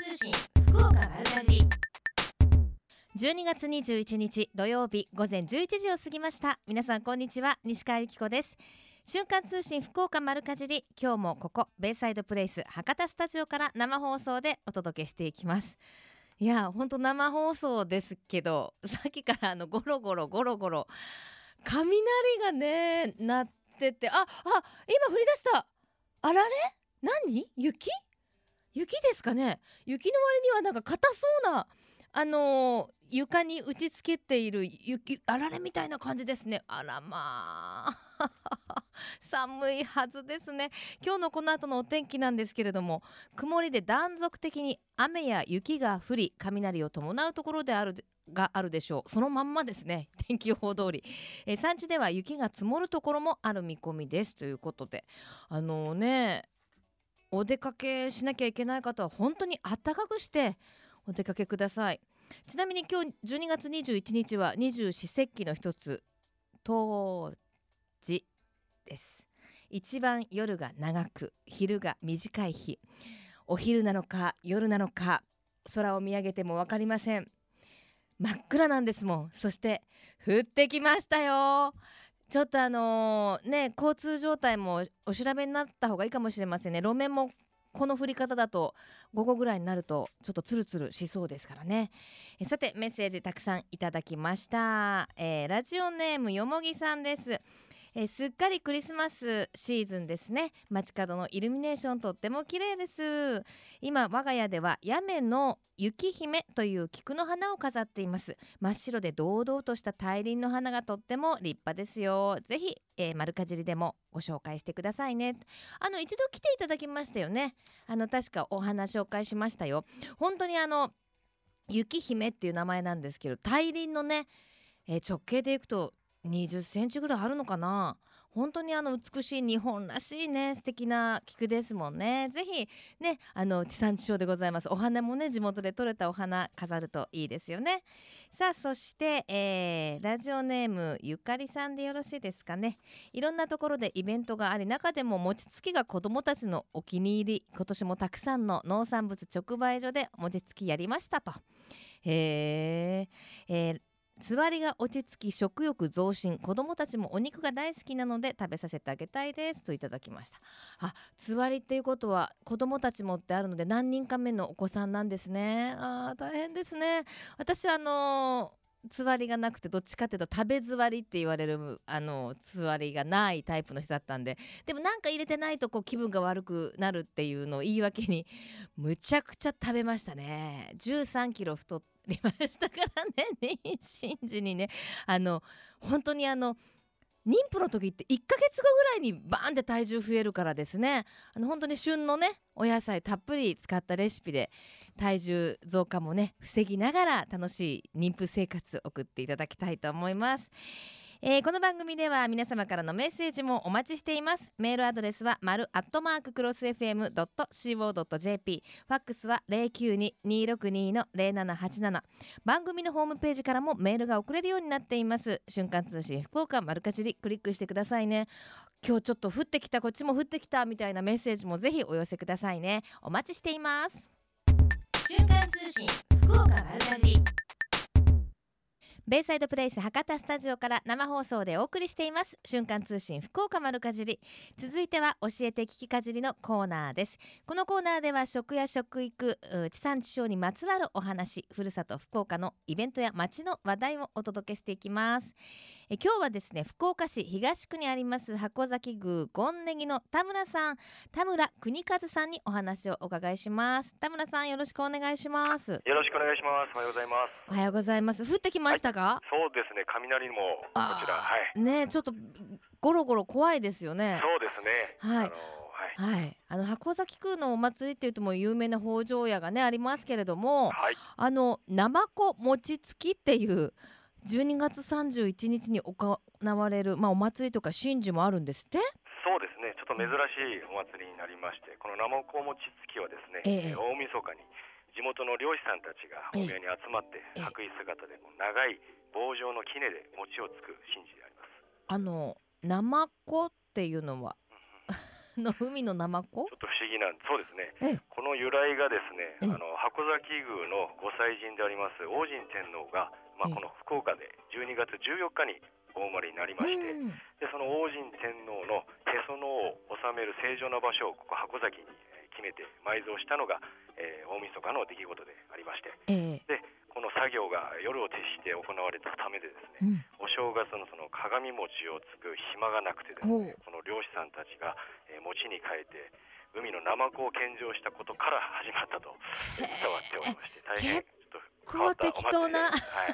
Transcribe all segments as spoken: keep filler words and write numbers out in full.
通信福岡丸かじりじゅうにがつにじゅういちにち土曜日午前じゅういちじを過ぎました。皆さんこんにちは、西川由紀子です。瞬間通信福岡丸かじり、今日もここベイサイドプレイス博多スタジオから生放送でお届けしていきます。いや本当生放送ですけど、さっきからあのゴロゴロゴロゴロ雷がね鳴ってて、ああ今降り出した。あられ何雪雪ですかね。雪の割にはなんか硬そうなあのー床に打ちつけている雪あられみたいな感じですね。あらまあ寒いはずですね。今日のこの後のお天気なんですけれども、曇りで断続的に雨や雪が降り、雷を伴うところであるがあるでしょう。そのまんまですね、天気予報通り。えー山地では雪が積もるところもある見込みですということで、あのねお出かけしなきゃいけない方は本当に暖かくしてお出かけください。ちなみに今日じゅうにがつにじゅういちにちは二十四節気の一つ冬至です。一番夜が長く昼が短い日、お昼なのか夜なのか空を見上げても分かりません。真っ暗なんですもん。そして降ってきましたよ。ちょっとあのーね交通状態もお調べになった方がいいかもしれませんね。路面もこの降り方だと午後ぐらいになるとちょっとツルツルしそうですからね。えさてメッセージたくさんいただきました。えーラジオネームよもぎさんです。えーすっかりクリスマスシーズンですね。街角のイルミネーションとっても綺麗です。今我が家では屋根の雪姫という菊の花を飾っています。真っ白で堂々とした大輪の花がとっても立派ですよ。ぜひ、えー、丸かじりでもご紹介してくださいね。あの一度来ていただきましたよね。あの確かお花紹介しましたよ。本当にあの雪姫っていう名前なんですけど、大輪のね、えー直径でいくとにじゅっセンチぐらいあるのかな。本当にあの美しい日本らしいね素敵な菊ですもんね。ぜひねあの地産地消でございます。お花もね地元で採れたお花飾るといいですよね。さあそして、えーラジオネームゆかりさんでよろしいですかね。いろんなところでイベントがあり、中でも餅つきが子どもたちのお気に入り。今年もたくさんの農産物直売所で餅つきやりましたと。へー、えーつわりが落ち着き食欲増進、子どもたちもお肉が大好きなので食べさせてあげたいですといただきました。あ、つわりっていうことは子どもたちもってあるので何人か目のお子さんなんですね。あー大変ですね。私はあのーつわりがなくて、どっちかっていうと食べつわりって言われるあのつわりがないタイプの人だったんで、でもなんか入れてないとこう気分が悪くなるっていうのを言い訳にむちゃくちゃ食べましたね。じゅうさんキロ太りましたからね、妊娠時にね。あの本当にあの妊婦の時っていっかげつごぐらいにバーンって体重増えるからですね。あの本当に旬のねお野菜たっぷり使ったレシピで体重増加もね防ぎながら楽しい妊婦生活送っていただきたいと思います。えーこの番組では皆様からのメッセージもお待ちしています。メールアドレスは丸アットマーククロス エフエムドットシーオードットジェーピー、ファックスは ゼロきゅうに にーろくに のゼロななはちなな。番組のホームページからもメールが送れるようになっています。瞬間通信福岡丸かじりクリックしてくださいね。今日ちょっと降ってきた、こっちも降ってきたみたいなメッセージもぜひお寄せくださいね。お待ちしています。瞬間通信福岡丸かじり、ベイサイドプレイス博多スタジオから生放送でお送りしています瞬間通信福岡丸かじり。続いては教えて聞きかじりのコーナーです。このコーナーでは食や食育、う地産地消にまつわるお話、ふるさと福岡のイベントや街の話題をお届けしていきます。え今日はですね、福岡市東区にあります箱崎宮権ネギの田村さん、田村邦和さんにお話をお伺いします。田村さんよろしくお願いします。 よろしくお願いします。おはようございます。 おはようございます。降ってきましたか？ そうですね、雷もこちら、 あはいーねちょっとゴロゴロ怖いですよね。 そうですね。 はいあのはいはい、あの箱崎宮のお祭りっていうともう有名な北条屋がねありますけれども、 はいあのナマコ餅つきっていうじゅうにがつさんじゅういちにちに行われる、まあ、お祭りとか神事もあるんですって。 そうですね。ちょっと珍しいお祭りになりまして、このナマコ餅つきはですね、 ええ大晦日に地元の漁師さんたちがお宮に集まってええ白衣姿でもう長い棒状の杵で餅をつく神事であります。 あのナマコっていうのはの海のナマコ。 ちょっと不思議なんそうですね。 ええこの由来がですね、 ええあの箱崎宮のご祭神であります王神天皇が、まあ、 ええこの福岡でじゅうにがつじゅうよっかにお生まれになりまして、 うんでその王神天皇のへその緒を収める正常な場所をここ箱崎にえー決めて埋蔵したのが、えー大晦日の出来事でありまして、 ええでこの作業が夜を徹して行われたためでですね、 うんお正月のその鏡餅をつく暇がなくてですおうね、この漁師さんたちが、えー餅に変えて海のナマコを献上したことから始まったとえー伝わっておりまして、大変ちょっと変わったお祭りで、 結構適当なはい、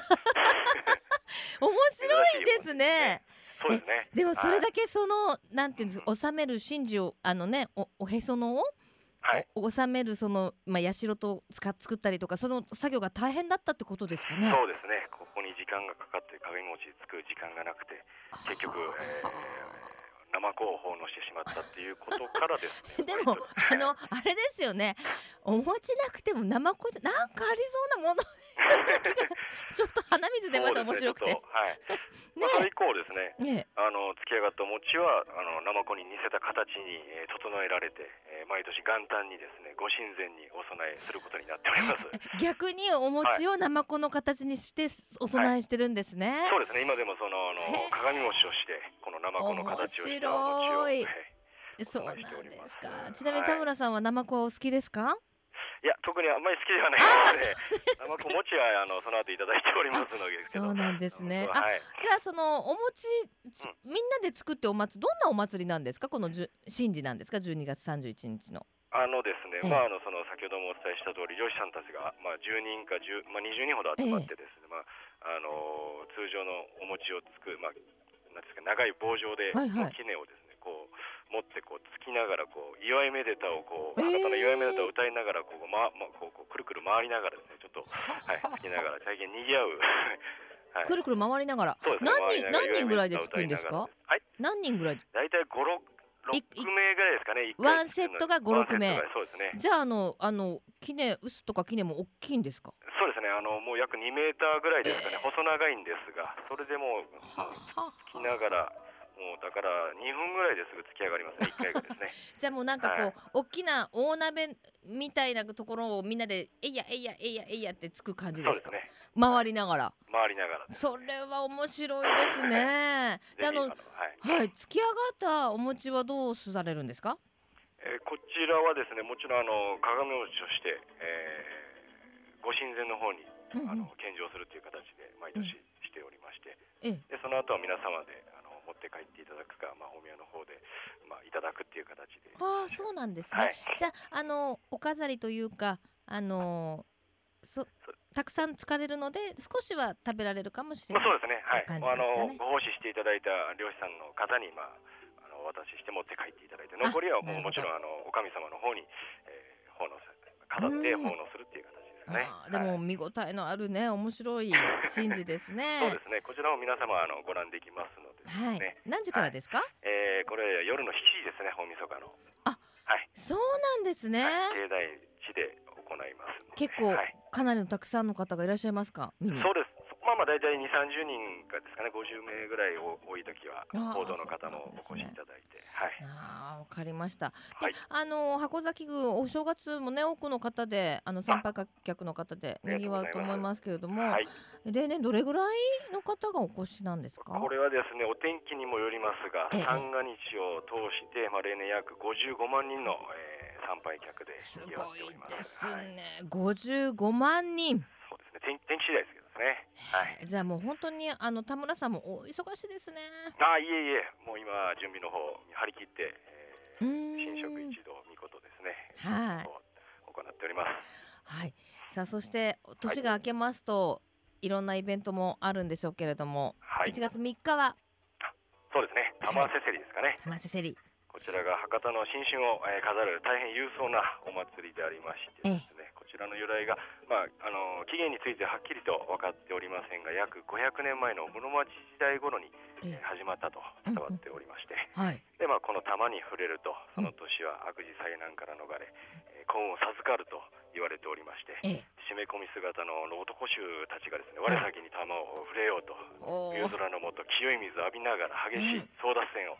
面白いですね。 そうですね。 でもそれだけ、 けそのなんていうんですか、収める真珠をあのねおおへその緒はい、 お収めるそのまあ社と使っ作ったりとかその作業が大変だったってことですかね。 そうですね。ここに時間がかかって鏡餅つく時間がなくて、結局、えはーナマコを奉納してしまったっていうことからですね。 でも割とあのあれですよね、お餅なくてもナマコじゃなんかありそうなものちょっと鼻水出ました、面白くて。 そうですね、ちょっとはい。まあ、それ以降ですね、 ねあのつき上がったお餅はあのナマコに似せた形に、えー整えられて、えー毎年元旦にですねご神前にお供えすることになっております。 え逆にお餅をナマコの形にしてお供えしてるんですね。 そうですね、今でもそのあのへー鏡餅としてこのナマコの形をしたお餅を、 面白いはいそうなんでお供えしておりますすか。ちなみにはい田村さんはナマコはお好きですか？ いや、特にあんまり好きではないあので、ナマコ餅はあのその後いただいておりますのですけど、 そうなんですね。あ、 はい、 じゃあそのお餅、つみんなで作ってお祭り、どんなお祭りなんですか？このじゅ神事なんですか？じゅうにがつさんじゅういちにちの。 あのですね、 ええまああのその先ほどもお伝えした通り漁師さんたちがまあじゅうにんかじゅうまあにじゅうにんほど集まってですね、まああの通常のお餅をつくまあなんですか長い棒状ではいはいの杵をですねこう持ってこうつきながらこう祝いめでたをこうええ博多の祝いめでたを歌いながらこうままこうこうくるくる回りながらですねちょっとはいつきながら最近賑わうはいくるくる回りながら。 そうですね何人回りながら何人ぐらいでつくんですか？ 祝いめでたを歌いながらはい何人ぐらい？ 大体ご、ろく、 いいろくめいぐらいですかね。一回ワンセットがご、ろくめいワンセットがそうですね。 じゃああのあの杵臼とか杵も大きいんですか？ そうですね。あのもう約にメーターぐらいですかね。細長いんですが、それでもうははつきながら、もうだからにふんぐらいですぐつき上がりますね。いっかいがですね。 じゃあもうなんかこう、 はい大きな大鍋みたいなところをみんなでえいやえいやえいやえいやってつく感じですか？ そうですね。 回りながら。 回りながらです。 それは面白いですね。であのぜひあのはい。 はい突き上がったお餅はどうされるんですか？ えーこちらはですね、もちろんあの鏡餅として、えーご神前の方にうんうんあの献上するという形で毎年しておりまして、 ええでその後は皆様であの持って帰っていただくか、まあ、大宮の方で、まあ、いただくっていう形で、 ああそうなんですね。 はい、 じゃああのお飾りというかあのそたくさん使われるので少しは食べられるかもしれまあ、 ない。 そうですね、はい、 感じあですかねのご奉仕していただいた漁師さんの方に、まあ、あのお渡しして持って帰っていただいて、 あ残りはもうなるほどもちろんあのお神様の方に、えー奉納する飾ってうん奉納するっていう形ですね。 あーでもはい見応えのあるね面白い神事ですそうね。 ですね、こちらも皆様あのご覧できますのでですはい、 ね、 何時からですか？ えーこれ夜のしちじですね、大晦日の。 あはい、 そうなんですね。 はい、境内地で行いますので。 結構、 はい、 かなりのたくさんの方がいらっしゃいますか？見に。 そうです。まあまあ大体に、さんじゅうにんかですかね、ごじゅうめいぐらいお多い時はあー報道の方もお越しいただいて、はい。 ああ、わかりました。で、 はいあの箱崎宮お正月もね多くの方であの参拝客の方でありがとうございます賑わうと思いますけれども、 はい、 例年どれぐらいの方がお越しなんですか？ これはですね、お天気にもよりますが、 ええ三が日を通して、まあ、例年約ごじゅうごまんにんの、えー参拝客です賑わっごいております。 ですはい、 ね。ごじゅうごまんにん。 そうですね、天天気次第ですけどね。はい。 じゃあもう本当にあの田村さんもお忙しいですね。 ああ、いえいえ、もう今、準備の方に張り切って、えーうーん新食一同見事ですね、 はいを行っております。 はい。さあそして年が明けますと、い、ろんなイベントもあるんでしょうけれども、 はいいちがつみっかはそうですね、玉せせりですかね。 玉せせり。 こちらが博多の新春を、えー飾る大変勇壮なお祭りでありましてですね、こちらの由来が、まあ、あの起源についてはっきりと分かっておりませんが、約ごひゃくねんまえの室町時代頃に、えーえ始まったと伝わっておりまして、 はい。 でまあ、この玉に触れるとその年は悪事災難から逃れ、えー幸運を授かると言われておりまして、 ええ。 締め込み姿の男衆たちがですね、我先に玉を触れようと、 おー冬空の下清い水を浴びながら激しいうん争奪戦を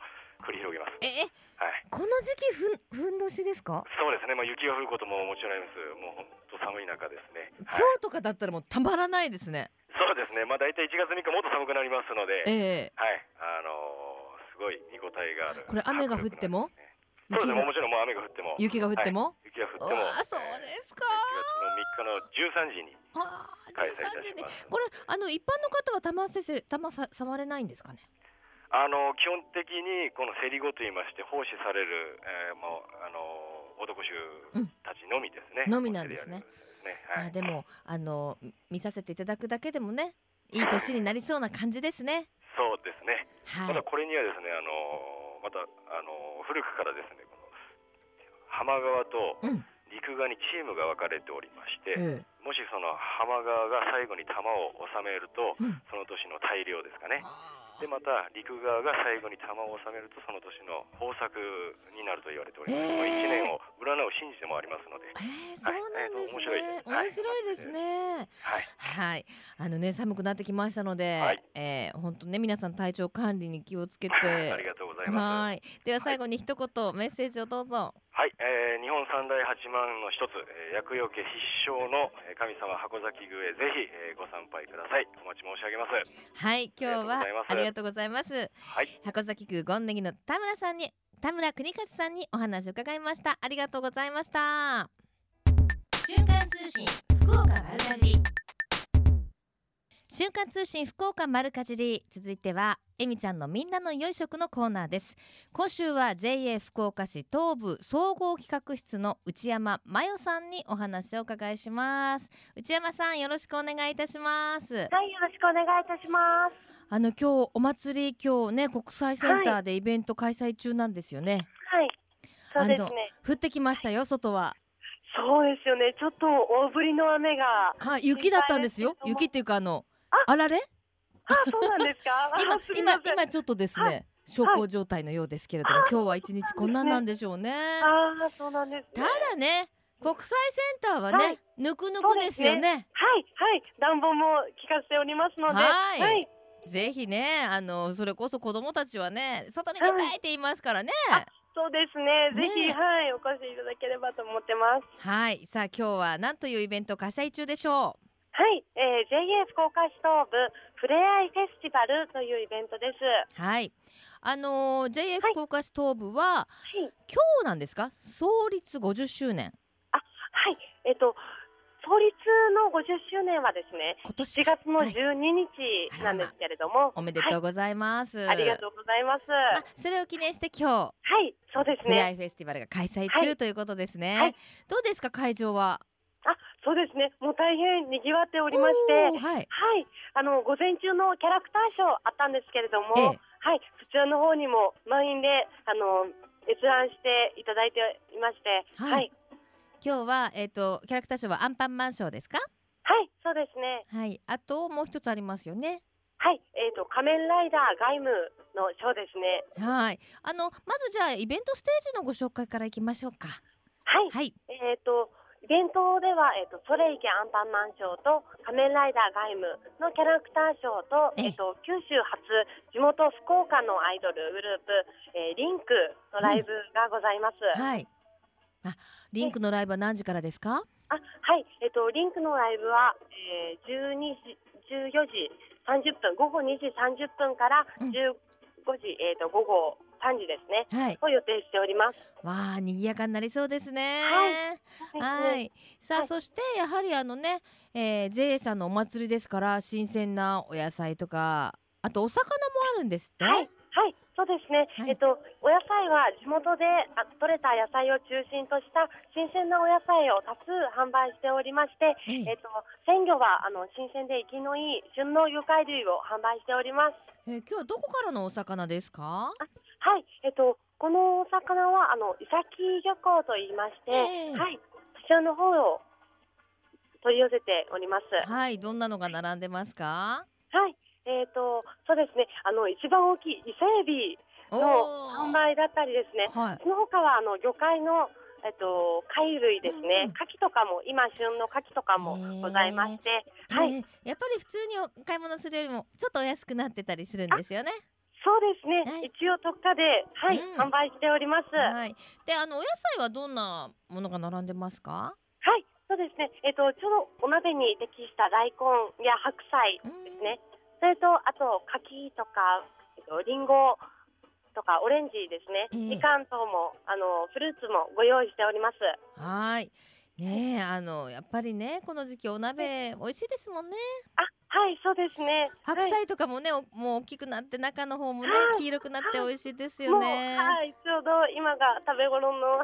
繰り広げます。 えはい、 この時期ふん、ふんどしですか？ そうですね、まあ、雪が降ることももちろんあります。もう本当寒い中ですね。 今日とかだったらもうたまらないですね。 そうですね、まあ、大体いちがつみっかもっと寒くなりますので、 えー、 はい、あのー、すごい見応えがある。 これ雨が降っても、 そうですね、もちろんもう雨が降っても、 雪が降っても、 はい、雪が降っても、 あそうですか。 いちがつのみっかのじゅうさんじに開催いたします。 これあの一般の方は玉先生玉さ触れないんですかね？ あの基本的にこの競り子といいまして奉仕される、えー、もうあの男衆たちのみですね、 うん、のみなんですね。 はい、 あでもあの見させていただくだけでもね、いい年になりそうな感じですね。 そうですね、 はい、 まだこれにはですね、あのまたあの古くからですね、この浜側と陸側にチームが分かれておりまして、うん、もしその浜側が最後に玉を収めると、うん、その年の大漁ですかね。でまた陸側が最後に玉を収めるとその年の豊作になると言われております。えー、いちねんを占う神事でもありますので、 えー、そうなんですね、 はい、 面白いですね。はい、はい、あのね寒くなってきましたので、はい、えー、本当ね皆さん体調管理に気をつけてありがとうございます。 はい、では最後に一言、はい、メッセージをどうぞ。 はい、えー、日本三大八幡の一つ、えー、厄除け必勝の神様箱崎宮へぜひ、えー、ご参拝ください。お待ち申し上げます。 はい、今日はありがとうございます。はい、箱崎宮権ネギの田村さんに田村邦和さんにお話を伺いました。ありがとうございました。瞬間通信福岡丸かじり、瞬間通信福岡丸かじり、続いてはえみちゃんのみんなの良い食のコーナーです。今週は ジェイエー 福岡市東部総合企画室の内山真代さんにお話を伺いします。内山さん、よろしくお願いいたします。はい、よろしくお願いいたします。 あの今日お祭り、今日ね国際センターでイベント開催中なんですよね。 はい、そうですね。 降ってきましたよ、外は。 そうですよね、ちょっと大降りの雨が、 はい、雪だったんですよ。雪っていうかあの あ, あられあ, そうなんですか今, 今, 今ちょっとですね小康状態のようですけれども、はい、今日は一日こんなんなんでしょうね。 ああ、そうなんですね。 ただね国際センターはね、はい、ぬくぬくですよね。ね、 はいはい、暖房も効かせておりますので、 はい、はい、ぜひね、あのそれこそ子どもたちはね外に出たいって言いますからね。 はい、そうですね、ぜひ、ね、はい、お越しいただければと思ってます。 はい、さあ今日は何というイベント開催中でしょう？ はい、えー、ジェイエー 福岡市東部ふれあいフェスティバルというイベントです。 はい、あのー、ジェイエー 福岡市東部は、はい、今日なんですか？創立ごじゅっしゅうねん。 あ、はい、えっと創立のごじゅっしゅうねんはですね、今年しがつのじゅうににちなんですけれども、はい、 おめでとうございます。 はい、ありがとうございます。まあ、それを記念して今日、 はい、そうですね、 ふれあいフェスティバルが開催中、はい、ということですね。はい、どうですか会場は？ あ、そうですね、もう大変にぎわっておりまして、はい、はい、あの午前中のキャラクターショーあったんですけれども、ええ、はい、そちらの方にも満員であの閲覧していただいていまして、はい、はい、 今日は、えーと、キャラクターショーはアンパンマンショーですか？ はい、そうですね。 はい、あともう一つありますよね。 はい、えーと、仮面ライダーガイムのショーですね。 はい、あのまずじゃあイベントステージのご紹介からいきましょうか。 はい、はい、えーとイベントでは、えーと、ソレイケアンパンマンショーと仮面ライダーガイムのキャラクターショーと、えーと、九州初地元福岡のアイドルグループ、えー、リンクのライブがございます。うん、はい、 あ、リンクのライブは何時からですか？ あ、はい、えーと、リンクのライブは、えー、じゅうにじ、じゅうよじさんじゅっぷん、午後にじさんじゅっぷんからじゅうごじ、うん、えーと、午後さんじですね、はい、を予定しております。 わあ、賑やかになりそうですね。 はい、 はい、さあ、はい、そしてやはりあのね、えー、ジェイエー さんのお祭りですから新鮮なお野菜とかあとお魚もあるんですって。 はい、はい、そうですね、はい、えっと、お野菜は地元で採れた野菜を中心とした新鮮なお野菜を多数販売しておりまして、えっと、鮮魚はあの新鮮で生きのいい旬の魚介類を販売しております。 えー、今日はどこからのお魚ですか？ あ、はい、えっと、このお魚はあの伊崎漁港といいまして、えー、はい、そちらの方を取り寄せております。 はい、どんなのが並んでますか？ はい、えーと、そうですね、あの一番大きい伊勢エビの販売だったりですね、はい、その他はあの魚介の、えっと、貝類ですね、うん、牡蠣とかも今旬の牡蠣とかもございまして、はい、 やっぱり普通にお買い物するよりもちょっとお安くなってたりするんですよね。 そうですね、 はい、 一応特価で、はい、うん、販売しております。 はい、であのお野菜はどんなものが並んでますか？ はい、そうですね、えっと、ちょうどお鍋に適した大根や白菜ですね、それとあと柿とか、えっと、リンゴとかオレンジですね、えー、みかん等もあのフルーツもご用意しております。 はいねえ、あのやっぱりねこの時期お鍋美味しいですもんね。 あ、はい、そうですね。 白菜とかもね、はい、もう大きくなって中の方もね黄色くなって美味しいですよね。 はい、ちょうど今が食べ頃の、はい、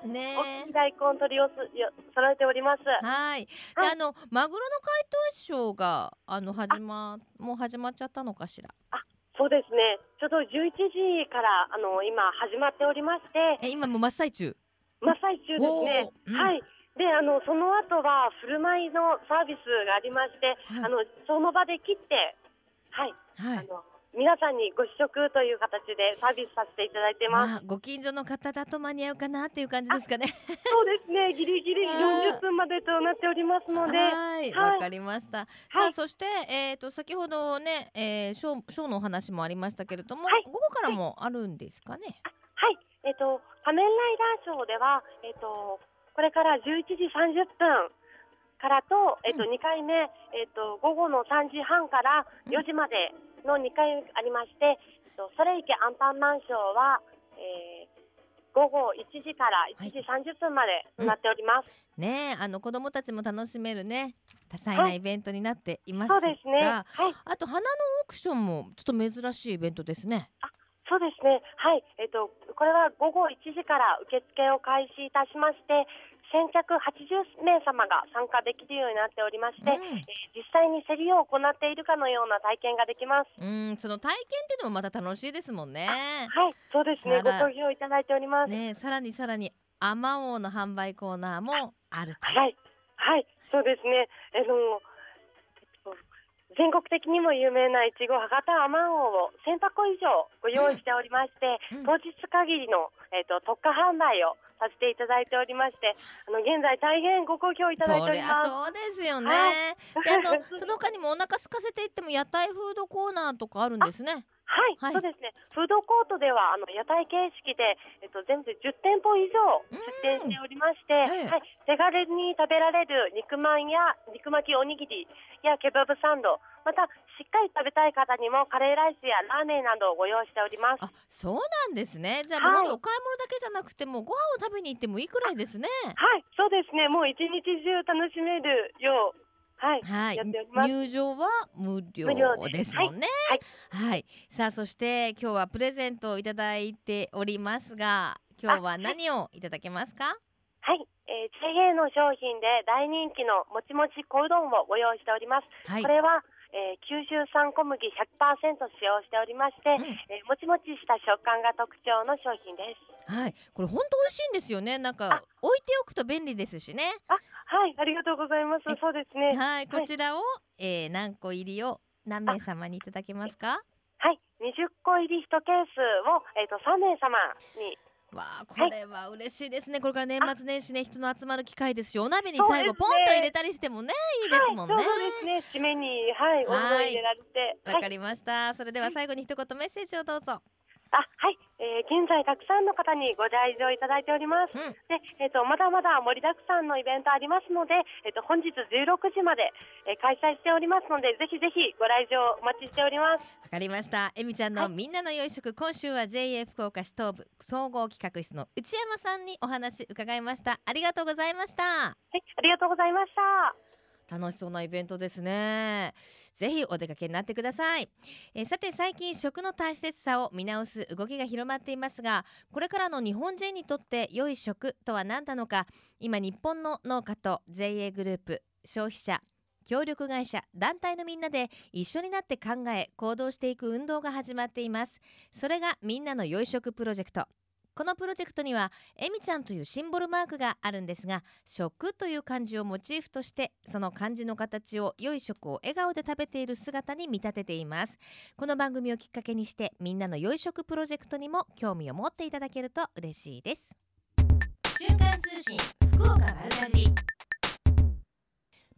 ね、大きい大根取り寄せ揃えております。 はい。で、はい、あのマグロの解凍ショーがあの始まもう始まっちゃったのかしら。 あ、そうですね。ちょうどじゅういちじからあの今始まっておりまして、 え今も真っ最中。 真っ最中ですね。うん、はい。で、あのその後は振る舞いのサービスがありまして、はい、あのその場で切って、はい、はい、あの皆さんにご試食という形でサービスさせていただいてます。 まあ、ご近所の方だと間に合うかなっていう感じですかね。 そうですね、ギリギリよんじゅっぷんまでとなっておりますので。 はい、わかりました。はい、さあそして、えー、と先ほどね、えー、ショー、ショーのお話もありましたけれども、はい、午後からもあるんですかね。 はい、えっ、ー、と仮面ライダーショーでは、えっ、ー、とこれからじゅういちじさんじゅっぷんからと、えっ、ー、と、うん、にかいめ、えっ、と午後のさんじはんからよじまでのにかいありまして、えっと、それいけアンパンマンショーは、えー、午後いちじからいちじさんじゅっぷんまでとなっております。はい、 うん、ねえ、あの子どもたちも楽しめるね多彩なイベントになっていますが、 はい、そうですね、はい、 あと花のオークションもちょっと珍しいイベントですね。 あ、そうですね、はい、えっと、これは午後いちじから受付を開始いたしまして、先着はちじゅうめいさまが参加できるようになっておりまして、うん、えー、実際に競りを行っているかのような体験ができます。 うん、その体験っていうのもまた楽しいですもんね。 はい、そうですね、ご投票いただいております。 ね、さらにさらにあまおうの販売コーナーもあると。 はい、はい、そうですね、あの全国的にも有名ないちご博多あまおうをせんぱこ以上ご用意しておりまして、うんうん、当日限りの、えーと、特価販売をさせていただいておりまして、あの現在大変ご好評いただいております。 そうですよね。はい、であのその他にもお腹空かせていっても屋台フードコーナーとかあるんですね。 はい、はい、そうですね。フードコートではあの屋台形式で、えっと、全部じゅってんぽ以上出店しておりまして、はい、手軽に食べられる肉まんや肉巻きおにぎりやケバブサンド、またしっかり食べたい方にもカレーライスやラーメンなどをご用意しております。 あ、そうなんですね。じゃあ、はい、もうお買い物だけじゃなくてもご飯を食べに行ってもいいくらいですね。 はい、そうですね。もう一日中楽しめるよう。はい、 はい、 やっております。 入場は無料ですもんね。はい、はいはい、さあそして今日はプレゼントをいただいておりますが、今日は何をいただけますか？ はい、えー、ジェイエー の商品で大人気のもちもち小うどんをご用意しております。はい、これはえー、九州産小麦 ひゃくパーセント 使用しておりまして、うん、えー、もちもちした食感が特徴の商品です。 はい、これ本当美味しいんですよね。なんか置いておくと便利ですしね。 あ、はい、ありがとうございます。そうですね。 はい、こちらを、はい、えー、何個入りを何名様にいただけますか？ はい、にじゅっこ入りいちケースを、えー、とさんめい様に。 わあ、これは嬉しいですね。はい、これから年末年始ね、人の集まる機会ですし、お鍋に最後ポンと入れたりしてもね、いいですもんね。 はい、そうですね。締めに、はい、おうどん入れられて。 わかりました。それでは最後に一言メッセージをどうぞ。 あ、はい、えー、現在たくさんの方にご来場いただいております。うん、で、えっと、まだまだ盛りだくさんのイベントありますので、えっと、本日じゅうろくじまで、えー、開催しておりますので、ぜひぜひご来場お待ちしております。 わかりました。えみちゃんのみんなの良い食、はい、今週は ジェイエー 福岡市東部総合企画室の内山さんにお話伺いました。ありがとうございました。はい、ありがとうございました。 楽しそうなイベントですね。ぜひお出かけになってください。えー、さて最近食の大切さを見直す動きが広まっていますが、これからの日本人にとって良い食とは何なのか、今日本の農家と ジェイエー グループ、消費者、協力会社、団体のみんなで一緒になって考え行動していく運動が始まっています。それがみんなの良い食プロジェクト。このプロジェクトにはえみちゃんというシンボルマークがあるんですが、食という漢字をモチーフとしてその漢字の形を良い食を笑顔で食べている姿に見立てています。この番組をきっかけにしてみんなの良い食プロジェクトにも興味を持っていただけると嬉しいです。瞬間通信福岡丸かじり。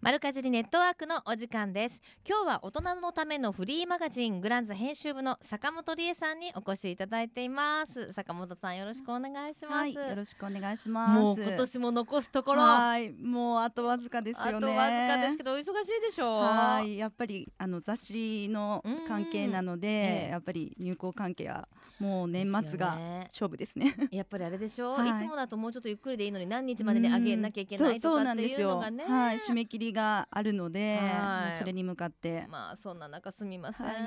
マルカジリネットワークのお時間です。今日は大人のためのフリーマガジングランザ編集部の坂本理恵さんにお越しいただいています。坂本さん、よろしくお願いします。 はい、よろしくお願いします。 もう今年も残すところ、 はい、もうあとわずかですよね。 あとわずかですけどお忙しいでしょう。 はい、やっぱりあの雑誌の関係なので、ええ、やっぱり入稿関係はもう年末が勝負ですね。 やっぱりあれでしょう、 はい、 いつもだともうちょっとゆっくりでいいのに何日までに上げなきゃいけないとかっていうのがね、 はい、締め切りがあるので、はい、もうそれに向かってまあそんな中すみません、 はい、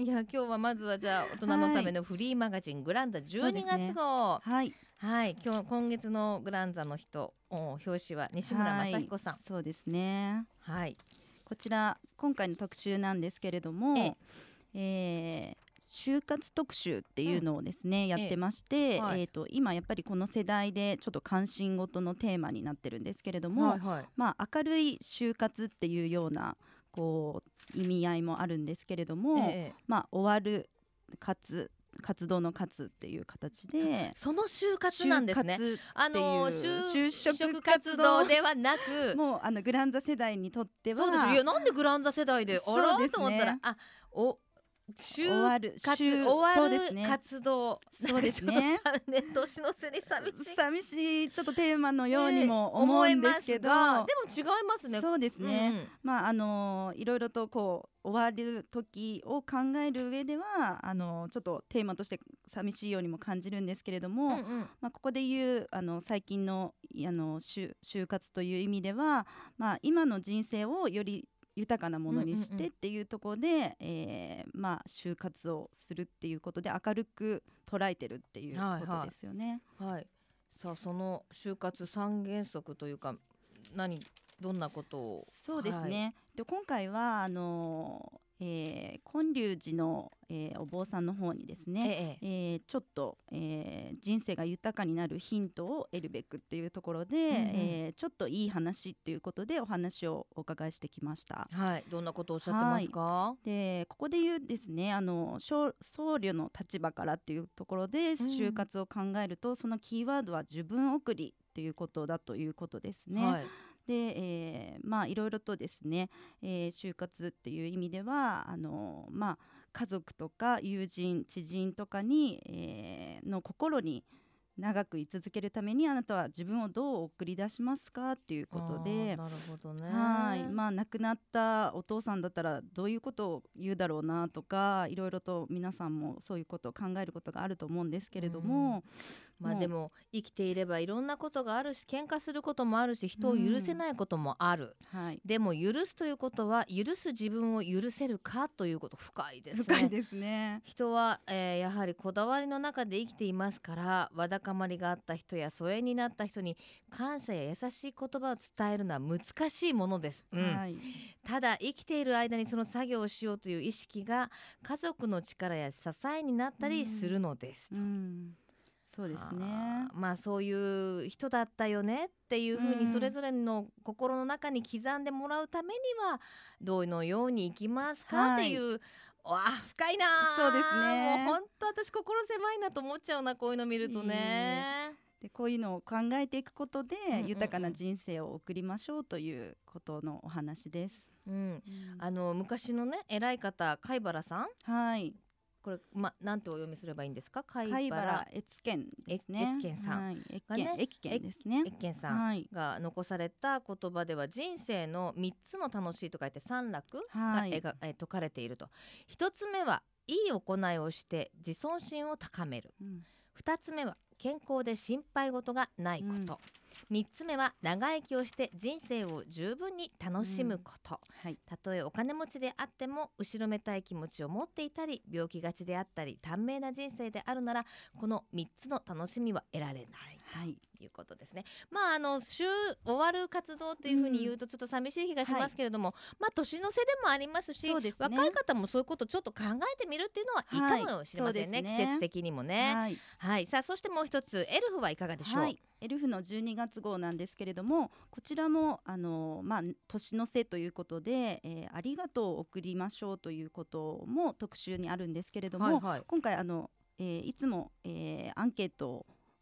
いや今日はまずはじゃあ大人のためのフリーマガジン、はい、グランザじゅうにがつ号、 はい、 はい、今日今月のグランザの人表紙は西村雅彦さん、はい、 そうですね、 はい、 こちら今回の特集なんですけれども、ええー就活特集っていうのをですね、うん、やってまして、えーはい、えーと今やっぱりこの世代でちょっと関心事のテーマになってるんですけれども、はいはい、まあ、明るい就活っていうようなこう意味合いもあるんですけれども、えーまあ、終わる活活動の活っていう形で、 その就活なんですね。 あの就職活動ではなくもうあのグランザ世代にとっては、 そうです。いやなんでグランザ世代であら、ね、と思ったら、あお終わる終わる活動、 そうですね。 年の瀬に寂しい寂しいちょっとテーマのようにも思うんですけど、えー、 でも違いますね。 そうですね、うん、まああのいろいろとこう終わる時を考える上ではあのちょっとテーマとして寂しいようにも感じるんですけれども、うんうん、まあ、ここでいうあの最近のあの就、就活という意味では、まあ、今の人生をより豊かなものにしてっていうところで、うんうんうん、えーまあ、就活をするっていうことで明るく捉えてるっていうことですよね。 はいはいはい、さあその就活三原則というか何どんなことを。 そうですね、はい、で今回はあのーえー、金龍寺の、えー、お坊さんの方にですね、えええー、ちょっと、えー、人生が豊かになるヒントを得るべくっていうところで、うんうん、えー、ちょっといい話っていうことでお話をお伺いしてきました。 はい、どんなことをおっしゃってますか？ はい、でここで言うですね、あの僧侶の立場からっていうところで就活を考えると、うん、そのキーワードは自分送りっていうことだということですね。はい、で、えー、まあいろいろとですね、えー、就活っていう意味ではあのまあ家族とか友人知人とかに、えー、の心に長く居続けるためにあなたは自分をどう送り出しますかっていうことで、 なるほどね。 はい、まあ、亡くなったお父さんだったらどういうことを言うだろうなとか、いろいろと皆さんもそういうことを考えることがあると思うんですけれども、 うん、まあ、でも生きていればいろんなことがあるし喧嘩することもあるし人を許せないこともある、うん、はい、でも許すということは許す自分を許せるかということ。深いですね。 深いですね。 人は、えー、やはりこだわりの中で生きていますから、わだかまりがあった人や疎遠になった人に感謝や優しい言葉を伝えるのは難しいものです、うん、はい、ただ生きている間にその作業をしようという意識が家族の力や支えになったりするのですと、うんうん、 そうですね。 あ、まあそういう人だったよねっていうふうにそれぞれの心の中に刻んでもらうためにはどのように生きますかっていう、はい、わあ深いな。 そうですね。 もう本当私心狭いなと思っちゃうな、こういうの見るとね。 でこういうのを考えていくことで、うんうんうん、豊かな人生を送りましょうということのお話です。 うんうん、あの昔のね偉い方貝原さん、 はい、 これ、ま、なんてお読みすればいいんですか？貝原越見ですね。 越見さん、はい、 がね、越見ですね。 越見さんが残された言葉では、人生のみっつの楽しいと書いて三楽が描、はい、え説かれていると。一つ目はいい行いをして自尊心を高める、うん、二つ目は健康で心配事がないこと、うん、みっつめは長生きをして人生を十分に楽しむこと、うん、はい、たとえお金持ちであっても後ろめたい気持ちを持っていたり病気がちであったり短命な人生であるならこのみっつの楽しみは得られない、はい、ということですね。まああの週終わる活動っていうふうに言うとちょっと寂しい気がしますけれども、うん、はい、まあ年の瀬でもありますし、ね、若い方もそういうことちょっと考えてみるっていうのはいいかもしれませんね、はい、季節的にもね、はいはい、さあそしてもう一つエルフはいかがでしょう？はい、 エルフのじゅうにがつ号なんですけれども、こちらもあの、まあ、年の瀬ということで、えー、ありがとうを送りましょうということも特集にあるんですけれども、はいはい、今回あの、えー、いつも、えー、アンケートを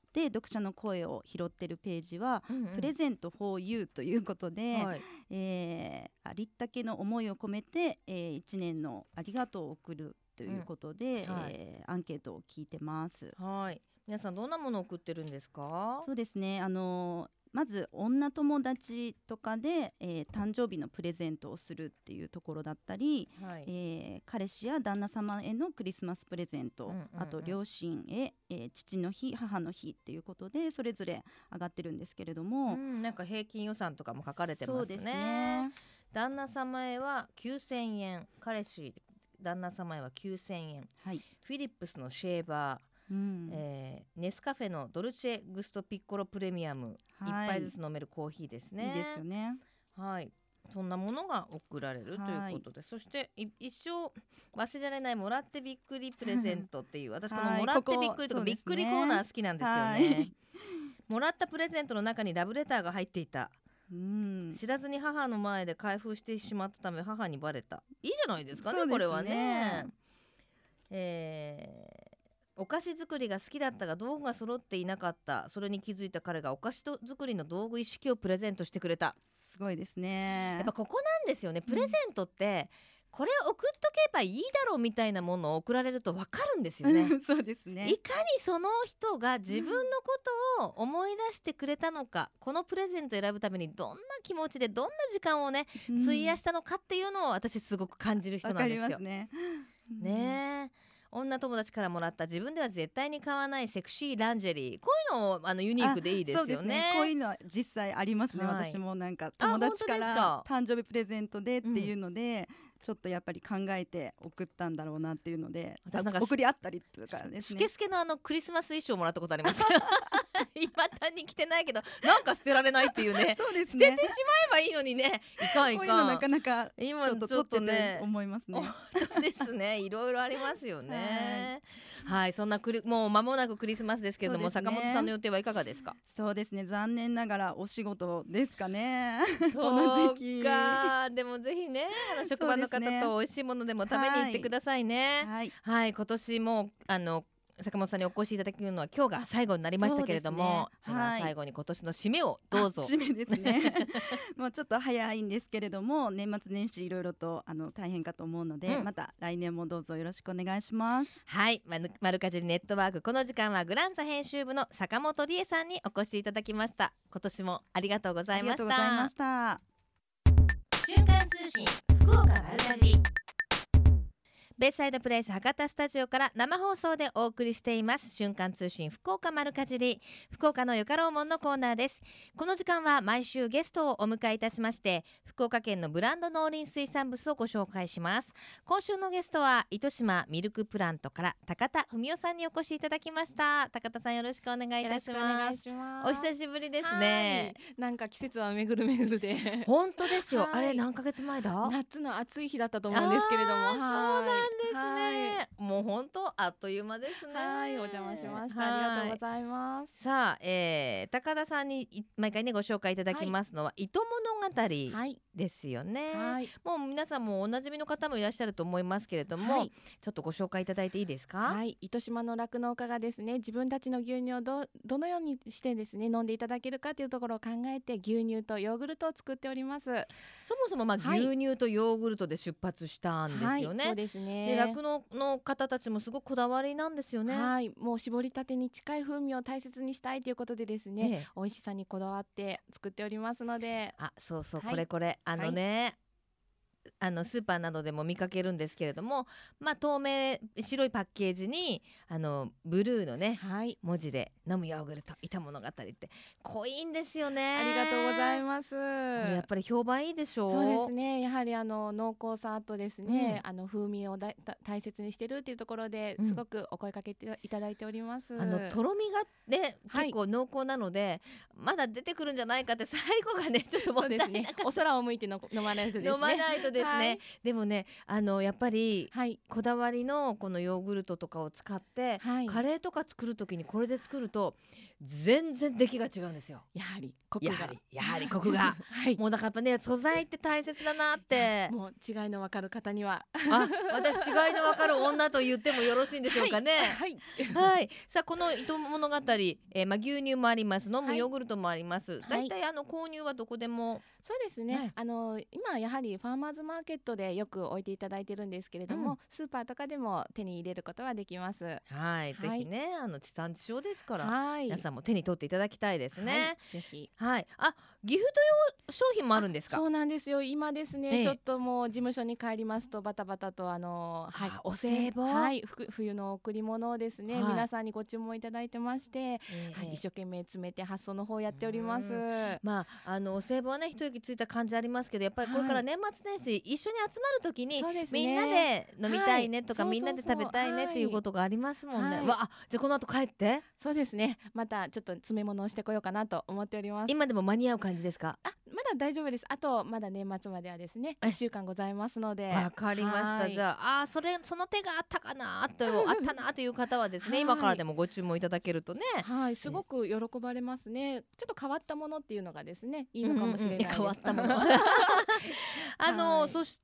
で読者の声を拾ってるページは、うんうん、プレゼント for you ということで、はい、えー、ありったけの思いを込めて、えー、いちねんのありがとうを送るということで、うん、はい、えー、アンケートを聞いてます。 はい、皆さんどんなものを送ってるんですか？ そうですね、あのーまず女友達とかで、えー、誕生日のプレゼントをするっていうところだったり、はい、えー、彼氏や旦那様へのクリスマスプレゼント、うんうんうん、あと両親へ、えー、父の日母の日っていうことでそれぞれ上がってるんですけれども、 うん、なんか平均予算とかも書かれてますね。そうですね。旦那様へはきゅうせんえん、彼氏旦那様へはきゅうせんえん、はい、フィリップスのシェーバー、うん、えー、ネスカフェのドルチェグストピッコロプレミアム、はい、いっぱいずつ飲めるコーヒーですね。 いいですよね。 はい、そんなものが送られるということで、そして一生忘れられないもらってびっくりプレゼントっていう私このもらってびっくりとかびっくりコーナー好きなんですよね。はい、もらったプレゼントの中にラブレターが入っていた。うん、知らずに母の前で開封してしまったため母にバレた。いいじゃないですか ね, ねこれはね、えーお菓子作りが好きだったが道具が揃っていなかった。それに気づいた彼がお菓子作りの道具一式をプレゼントしてくれた。 すごいですね。 やっぱここなんですよね。プレゼントって、うん、これを送っとけばいいだろうみたいなものを送られると分かるんですよね。 そうですね。 いかにその人が自分のことを思い出してくれたのか、このプレゼントを選ぶためにどんな気持ちでどんな時間をね、うん、費やしたのかっていうのを私すごく感じる人なんですよ。わかりますね。ねえ、女友達からもらった自分では絶対に買わないセクシーランジェリー、こういうのあのユニークでいいですよ ね, そうですね。こういうのは実際ありますね、はい、私もなんか友達から誕生日プレゼントでっていうので、うん、ちょっとやっぱり考えて送ったんだろうなっていうので私なんか送り合ったりとかですね。 スケスケのあのクリスマス衣装もらったことありますいまだに着てないけどなんか捨てられないっていうねそうですね、 捨ててしまえばいいのにね、いかんいかん、 こういうのなかなか今ちょっと取ってて思いますね。 本当ですね、いろいろありますよね。はい、はい、そんなクリもう間もなくクリスマスですけれども、ね、坂本さんの予定はいかがですか？ そうですね、残念ながらお仕事ですかねこの時期か。でもぜひね、あの職場の方と美味しいものでも食べに行ってくださいね。はい、はい、今年もあの坂本さんにお越しいただけるのは今日が最後になりましたけれども、で、ね、はい、最後に今年の締めをどうぞ。 締めですねもうちょっと早いんですけれども、年末年始いろいろとあの大変かと思うので、うん、また来年もどうぞよろしくお願いします。 はい、マルカジュリネットワーク、この時間はグランサ編集部の坂本理恵さんにお越しいただきました。今年もありがとうございました。ありがとうございました。瞬間通信福岡マルカジ、ベイサイドプレイス博多スタジオから生放送でお送りしています瞬間通信福岡丸かじり、福岡のよかろうもんのコーナーです。この時間は毎週ゲストをお迎えいたしまして、福岡県のブランド農林水産物をご紹介します。今週のゲストは糸島ミルクプラントから高田文夫さんにお越しいただきました。高田さん、よろしくお願いいたします。よろしくお願いします。お久しぶりですね。 なんか季節はめぐるめぐるで本当ですよ。あれ何ヶ月前だ？ 夏の暑い日だったと思うんですけれども、はい、 そうなんですね。もう本当あっという間ですね。 はい、お邪魔しました。ありがとうございます。 さあ、えー、高田さんに毎回ねご紹介いただきますのは、はい、糸物語ですよね。はい、もう皆さんもおなじみの方もいらっしゃると思いますけれども、はい、ちょっとご紹介いただいていいですか？ はい、糸島の酪農家がですね、自分たちの牛乳を ど, どのようにしてですね飲んでいただけるかというところを考えて、牛乳とヨーグルトを作っております。 そもそもまあ、はい、牛乳とヨーグルトで出発したんですよね。はい、 そうですね。 で酪農の方たちもすごくこだわりなんですよね。 はい、もう絞りたてに近い風味を大切にしたいということでですね、ええ、美味しさにこだわって作っておりますので。 あ、そうそう、はい、これこれあのね、はい、あのスーパーなどでも見かけるんですけれども、まあ、透明白いパッケージにあのブルーのね、はい、文字で飲むヨーグルト糸物語って濃いんですよね。 ありがとうございます。 やっぱり評判いいでしょう。 そうですね、やはりあの濃厚さとですね、うん、あの風味をだ大切にしてるっていうところですごくお声かけていただいております。 うん、あのとろみがね結構濃厚なので、はい、まだ出てくるんじゃないかって最後がねちょっともったいなかった。 そうですね、お空を向いての飲まないとですね飲まないとトですね、はい、でもねあのやっぱり、はい、こだわりのこのヨーグルトとかを使って、はい、カレーとか作るときにこれで作ると全然出来が違うんですよ。 やはりコクがやはりやはりコクが、はい、もうだからやっぱね素材って大切だなってもう違いの分かる方にはあ私違いの分かる女と言ってもよろしいんでしょうかね。はい、はいはい、さあこの糸物語、えーまあ、牛乳もあります飲むヨーグルトもあります、はい、だいたいあの購入はどこでも。 そうですね、はい、あの今やはりファーマーズマーケットでよく置いていただいてるんですけれども、うん、スーパーとかでも手に入れることはできます。はい、 はい、ぜひねあの地産地消ですから、はい、皆さんも手に取っていただきたいですね。はい、 ぜひ。 はい、あギフト用商品もあるんですか。 そうなんですよ。今ですね、ええ、ちょっともう事務所に帰りますとバタバタとあのはい、 お歳暮、 はい、冬の贈り物をですね、はい、皆さんにご注文いただいてまして、えーはい、一生懸命詰めて発送の方やっております。 まああのお歳暮はね一息ついた感じありますけど、やっぱりこれから年末年始、はい、一緒に集まるときに、ね、みんなで飲みたいねとか、はい、みんなで食べたいねっていうことがありますもんね。はい、わあじゃあこの後帰ってそうですね、またちょっと詰め物をしてこようかなと思っております。 今でも間に合う感じですか。 あまだ大丈夫です。あとまだ年末まではですねいっしゅうかんございますので。 わかりました。じゃああそれその手があったかなとあったなという方はですね、はい、今からでもご注文いただけるとね、 はい、すごく喜ばれますね。ちょっと変わったものっていうのがですねいいのかもしれないです。 うんうんうん、変わったものあの、はい、そして、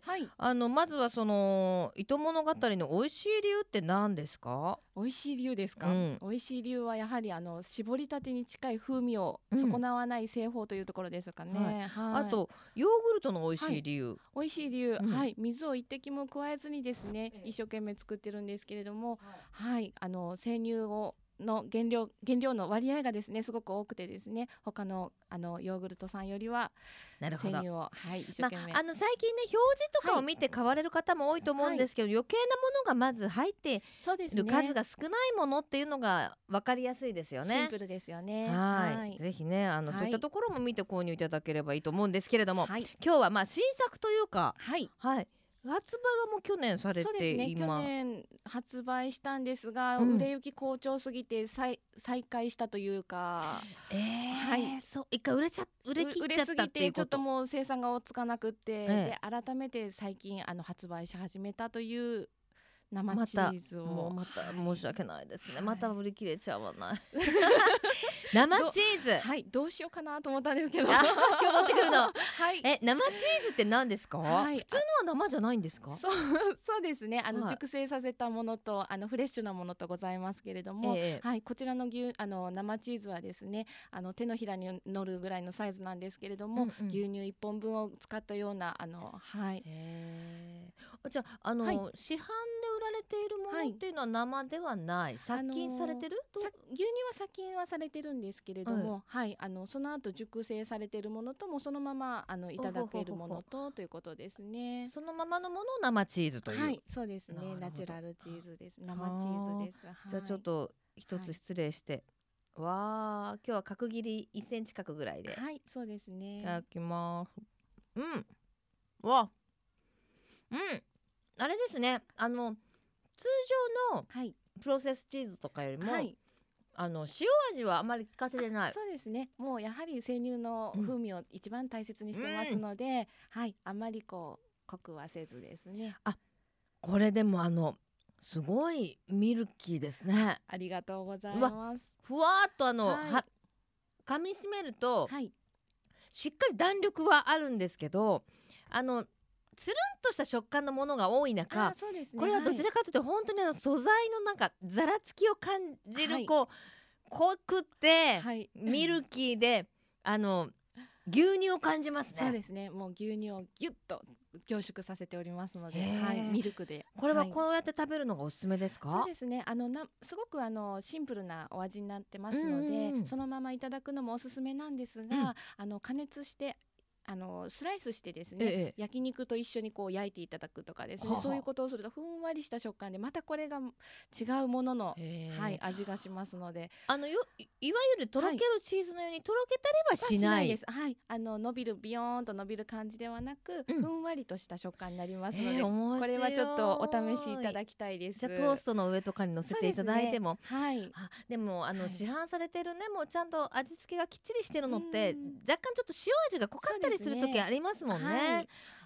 はい、あのまずはその糸物語の美味しい理由って何ですか。 美味しい理由ですか、うん、美味しい理由はやはりあの絞りたてに近い風味を損なわない製法というところですかね。うんはいはい、あとヨーグルトの美味しい理由、はい、 美味しい理由、うん、はい水を一滴も加えずにですね、ええ、一生懸命作ってるんですけれども、はい、はい、あの生乳をの原料原料の割合がですねすごく多くてですね他のあのヨーグルトさんよりは生乳を、はい、一生懸命、 まあ、あの最近ね表示とかを見て買われる方も多いと思うんですけど、はい、余計なものがまず入っている数が少ないものっていうのが分かりやすいですよね。 シンプルですよね。 はい、はい、ぜひねあの、はい、そういったところも見て購入いただければいいと思うんですけれども、はい、今日はまあ新作というか、はい、はい発売はもう去年されて、 そうですね、 今去年発売したんですが、うん、売れ行き好調すぎて再再開したというか、 えーはい、そう一回売れちゃ売れ切っちゃったっていうこと。売れすぎてちょっともう生産が追っつかなくって、えー、で改めて最近あの発売し始めたという生チーズを、 またもうまた申し訳ないですね、はい、また売り切れちゃわない生チーズはいどうしようかなと思ったんですけど今日持ってくるの、はい、え生チーズって何ですか、はい、普通のは生じゃないんですか。 そうそうですねあの、はい、熟成させたものとあのフレッシュなものとございますけれども、ええはい、こちらの牛あの生チーズはですねあの手のひらに乗るぐらいのサイズなんですけれども、うんうん、牛乳いっぽんぶんを使ったようなあのはいへじゃあ、あの、はい、市販で売られているものっていうのは生ではない、はい、殺菌されてる、 あのー、牛乳は殺菌はされてるんですけれども、はい、はい、あのその後熟成されているものともそのままあのいただけるものとということですね。 そのままのものを生チーズという、 はい、そうですねナチュラルチーズです。生チーズです、はい、 じゃあちょっと一つ失礼して、はい、わあ今日は角切りいっセンチ角ぐらいで、 はいそうですね、 いただきます。うんわうんあれですねあの通常のプロセスチーズとかよりも、はい、あの塩味はあまり効かせてない。 そうですねもうやはり生乳の風味を一番大切にしてますので、うん、はいあまりこう濃くはせずですね。 あこれでもあのすごいミルキーですねありがとうございます。 ふわーっとあの、はい、は噛み締めると、はい、しっかり弾力はあるんですけどあのつるんとした食感のものが多い中、そうですね、これはどちらかというと本当にあの素材のなんかざらつきを感じる、はい、こう濃くって、はい、ミルキーであの牛乳を感じますね。 そうですねもう牛乳をギュッと凝縮させておりますので、はい、ミルクでこれはこうやって食べるのがおすすめですか。 はい、そうですねあのなすごくあのシンプルなお味になってますのでそのままいただくのもおすすめなんですが、うん、あの加熱してあのスライスしてですね、ええ、焼肉と一緒にこう焼いていただくとかですね、ははそういうことをするとふんわりした食感でまたこれが違うものの、はい、味がしますのであのよ い, いわゆるとろけるチーズのようにとろけたりはしない、はい、しないです、 はい、あの伸びるビヨーンと伸びる感じではなく、うん、ふんわりとした食感になりますので、これはちょっとお試しいただきたいです。 じゃあトーストの上とかに乗せていただいても、 ね、はい、 あでもあの、はい、市販されてるねもうちゃんと味付けがきっちりしてるのって若干ちょっと塩味が濃かったりする時ありますもんね。はい、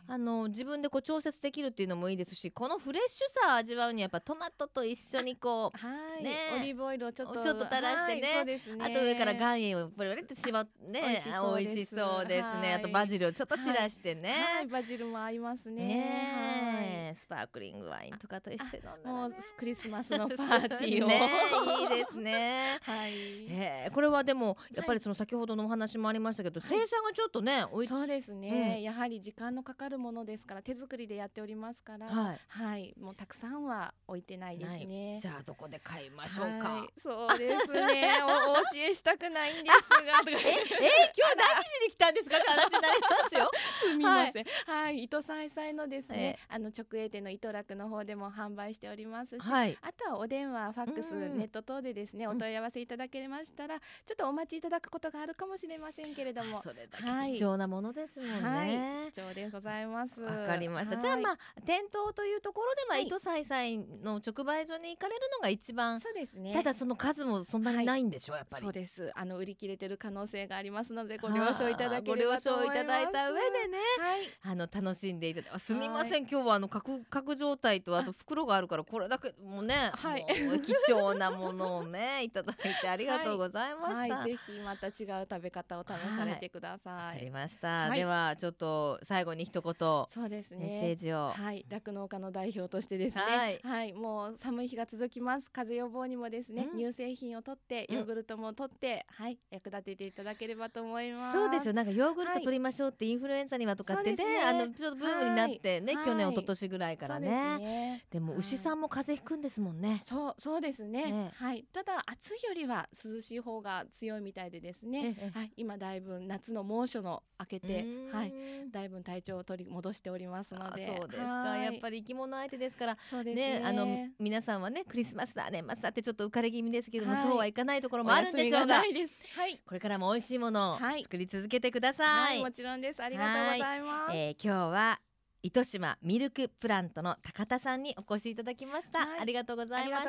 あの自分でこう調節できるっていうのもいいですし、このフレッシュさを味わうにはやっぱトマトと一緒にこうはい、 ねオリーブオイルをちょっとちょっと垂らしてね、 はい、そうですね、 あと上から岩塩をブリブリってしまってね、美味しそうですね、 はい、 あとバジルをちょっと散らしてね、 はいはい、バジルも合いますね、 ね、 はい、 スパークリングワインとかと一緒に飲んだら、ね、 もうクリスマスのパーティーをね、いいですね、 はい、 えー、これはでもやっぱりその先ほどのお話もありましたけど、はい、生産がちょっとね、おいそうですね、 うん、 やはり時間のかかるものですから、手作りでやっておりますから、 はい、 はい、もうたくさんは置いてないですね。 じゃあどこで買いましょうか。 はい、そうですねお, お教えしたくないんですがええ今日何しに来たんですかって話になりますよすみません、はい、はい、糸さいさいのですね、えー、あの直営店の糸楽の方でも販売しておりますし、はい、あとはお電話、ファックス、ネット等でですね、お問い合わせいただけましたら、ちょっとお待ちいただくことがあるかもしれませんけれども、 それだけ貴重なものですもんね、 はいはい、貴重でございます。 わかりました、はい、じゃあまあ店頭というところでは、はい、糸さいさいの直売所に行かれるのが一番、 そうですね、 ただその数もそんなにないんでしょう、はい、やっぱりそうです、あの売り切れてる可能性がありますので、ご了承いただければと思います。 ご了承いただいた上でね、 はい、 あの楽しんでいただいて、すみません、今日はあの角角状態とあと袋があるから、これだけもね、はい、もう貴重なものをねいただいてありがとうございました、はいはい、ぜひまた違う食べ方を試されてください。わ、 はい、かりました、はい、ではちょっと最後に一言、 そうですね、 メッセージを、 はい、酪農家の代表としてですね、 はい、 はい、もう寒い日が続きます。風邪予防にもですね、うん、乳製品を取ってヨーグルトも取って、うん、はい、役立てていただければと思います。 そうですよ、なんかヨーグルト取りましょうってインフルエンザにはとかって ね, ねあのちょっとブームになってね、はい、去年一昨年ぐらいから ね, ねでも牛さんも風邪ひくんですもんね。 そうそうですね、ね、はい、ただ暑いよりは涼しい方が強いみたいでですね、はい、今だいぶ夏の猛暑の明けて、はい、だいぶ体調を取り戻しておりますので。 そうですか、やっぱり生き物相手ですから、そうです ね, ね、あの皆さんはねクリスマスだ年末だってちょっと浮かれ気味ですけども、はい、そうはいかないところもあるんでしょうが、 ないです、はい、 これからも美味しいものを作り続けてください。 はいはい、もちろんです、ありがとうございます。 えー、今日は糸島ミルクプラントの高田さんにお越しいただきました、はい、ありがとうございました。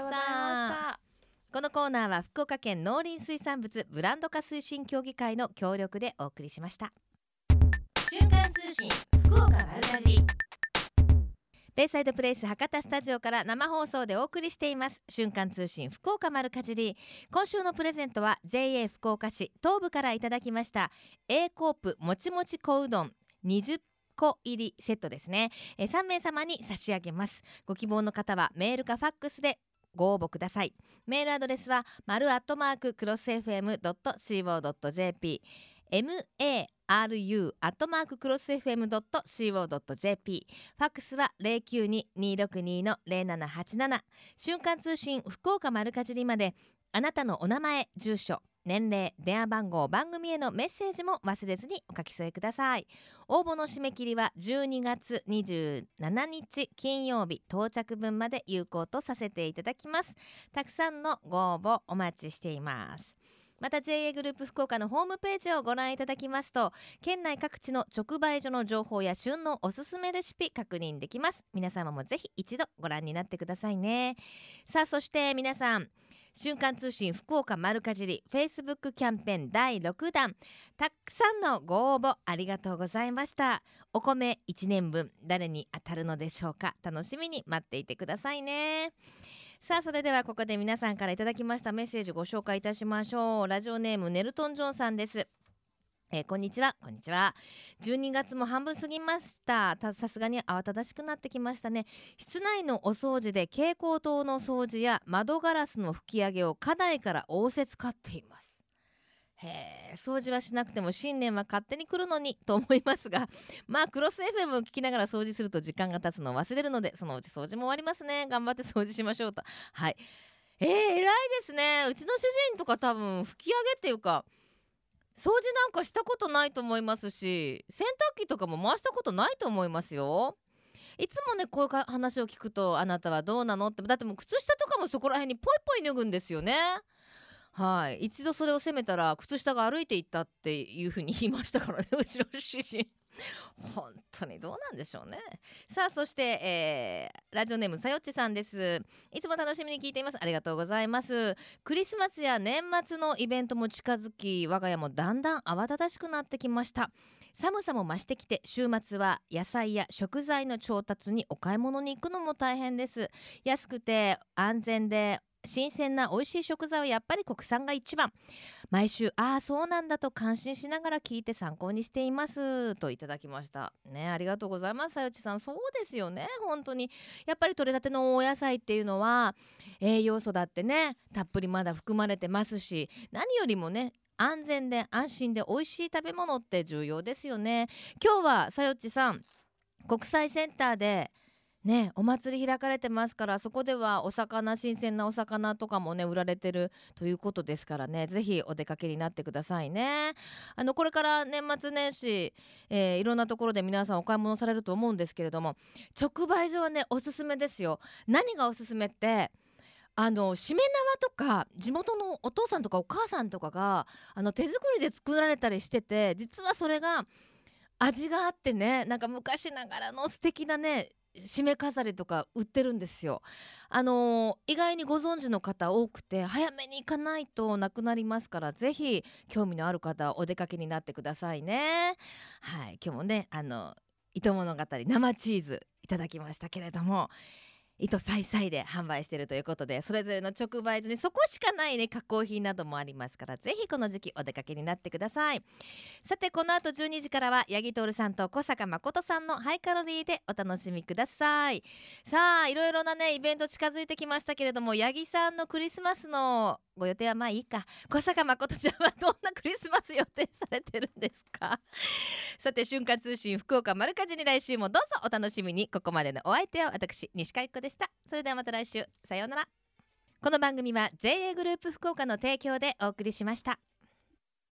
このコーナーは福岡県農林水産物ブランド化推進協議会の協力でお送りしました。瞬間通信福岡丸かじり、ベイサイドプレイス博多スタジオから生放送でお送りしています瞬間通信福岡丸かじり。今週のプレゼントは ジェーエー 福岡市東部からいただきました A コープもちもち小うどんにじゅっこ入りセットですね。えさんめい様に差し上げます。ご希望の方はメールかファックスでご応募ください。メールアドレスは丸アットマーククロス エフエムドットシーオードットジェーピー maru アットマーククロス エフエムドットシーオードットジェーピー、 ファックスは ゼロきゅうに にーろくに の ゼロななはちなな。瞬間通信福岡丸かじりまで、あなたのお名前、住所、年齢、電話番号、番組へのメッセージも忘れずにお書き添えください。応募の締め切りはじゅうにがつにじゅうしちにち金曜日到着分まで有効とさせていただきます。たくさんのご応募お待ちしています。また ジェーエー グループ福岡のホームページをご覧いただきますと、県内各地の直売所の情報や旬のおすすめレシピ確認できます。皆様もぜひ一度ご覧になってくださいね。さあ、そして皆さん、瞬間通信福岡丸かじり Facebook キャンペーンだいろくだん、たくさんのご応募ありがとうございました。お米いちねんぶん誰に当たるのでしょうか。楽しみに待っていてくださいね。さあ、それではここで皆さんからいただきましたメッセージご紹介いたしましょう。ラジオネームネルトンジョンさんです。えー、こんにちはこんにちは。じゅうにがつも半分過ぎました。たさすがに慌ただしくなってきましたね。室内のお掃除で蛍光灯の掃除や窓ガラスの拭き上げを課題から仰せつかっています。へー、掃除はしなくても新年は勝手に来るのにと思いますが、まあクロス エフエム を聞きながら掃除すると時間が経つのを忘れるので、そのうち掃除も終わりますね。頑張って掃除しましょうと。はい、えー、偉いですね。うちの主人とか多分拭き上げっていうか掃除なんかしたことないと思いますし、洗濯機とかも回したことないと思いますよ。いつもねこういう話を聞くと、あなたはどうなのって、だってもう靴下とかもそこら辺にポイポイ脱ぐんですよね。はい、一度それを責めたら靴下が歩いていったっていうふうに言いましたからね、うちの主人本当にどうなんでしょうね。さあ、そして、えー、ラジオネームさよっちさんです。いつも楽しみに聞いています。ありがとうございます。クリスマスや年末のイベントも近づき、我が家もだんだん慌ただしくなってきました。 寒さも増してきて、週末は野菜や食材の調達にお買い物に行くのも大変です。安くて安全で新鮮な美味しい食材はやっぱり国産が一番。毎週ああそうなんだと感心しながら聞いて参考にしていますといただきましたね。ありがとうございます。さよちさん、そうですよね。本当にやっぱり採れたてのお野菜っていうのは栄養素だってねたっぷりまだ含まれてますし、何よりもね安全で安心で美味しい食べ物って重要ですよね。今日はさよちさん国際センターでね、お祭り開かれてますから、そこではお魚、新鮮なお魚とかもね売られてるということですからね、ぜひお出かけになってくださいね。あのこれから年末年始、えー、いろんなところで皆さんお買い物されると思うんですけれども、直売所はねおすすめですよ。何がおすすめって、あのしめ縄とか地元のお父さんとかお母さんとかがあの手作りで作られたりしてて、実はそれが味があってね、なんか昔ながらの素敵なね締め飾りとか売ってるんですよ。あのー、意外にご存知の方多くて、早めに行かないとなくなりますから、ぜひ興味のある方はお出かけになってくださいね。はい、今日もねあの糸物語生チーズいただきましたけれども、糸さいさいで販売しているということで、それぞれの直売所にそこしかないね加工品などもありますから、ぜひこの時期お出かけになってください。さてこの後じゅうにじからは八木徹さんと小坂誠さんのハイカロリーでお楽しみください。さあいろいろなねイベント近づいてきましたけれども、八木さんのクリスマスのご予定はまあいいか、小坂誠ちゃんはどんなクリスマス予定されてるんですか？さて瞬間通信福岡丸かじに来週もどうぞお楽しみに。ここまでのお相手は私西川由紀子でした。それではまた来週、さようなら。この番組は ジェーエー グループ福岡の提供でお送りしました。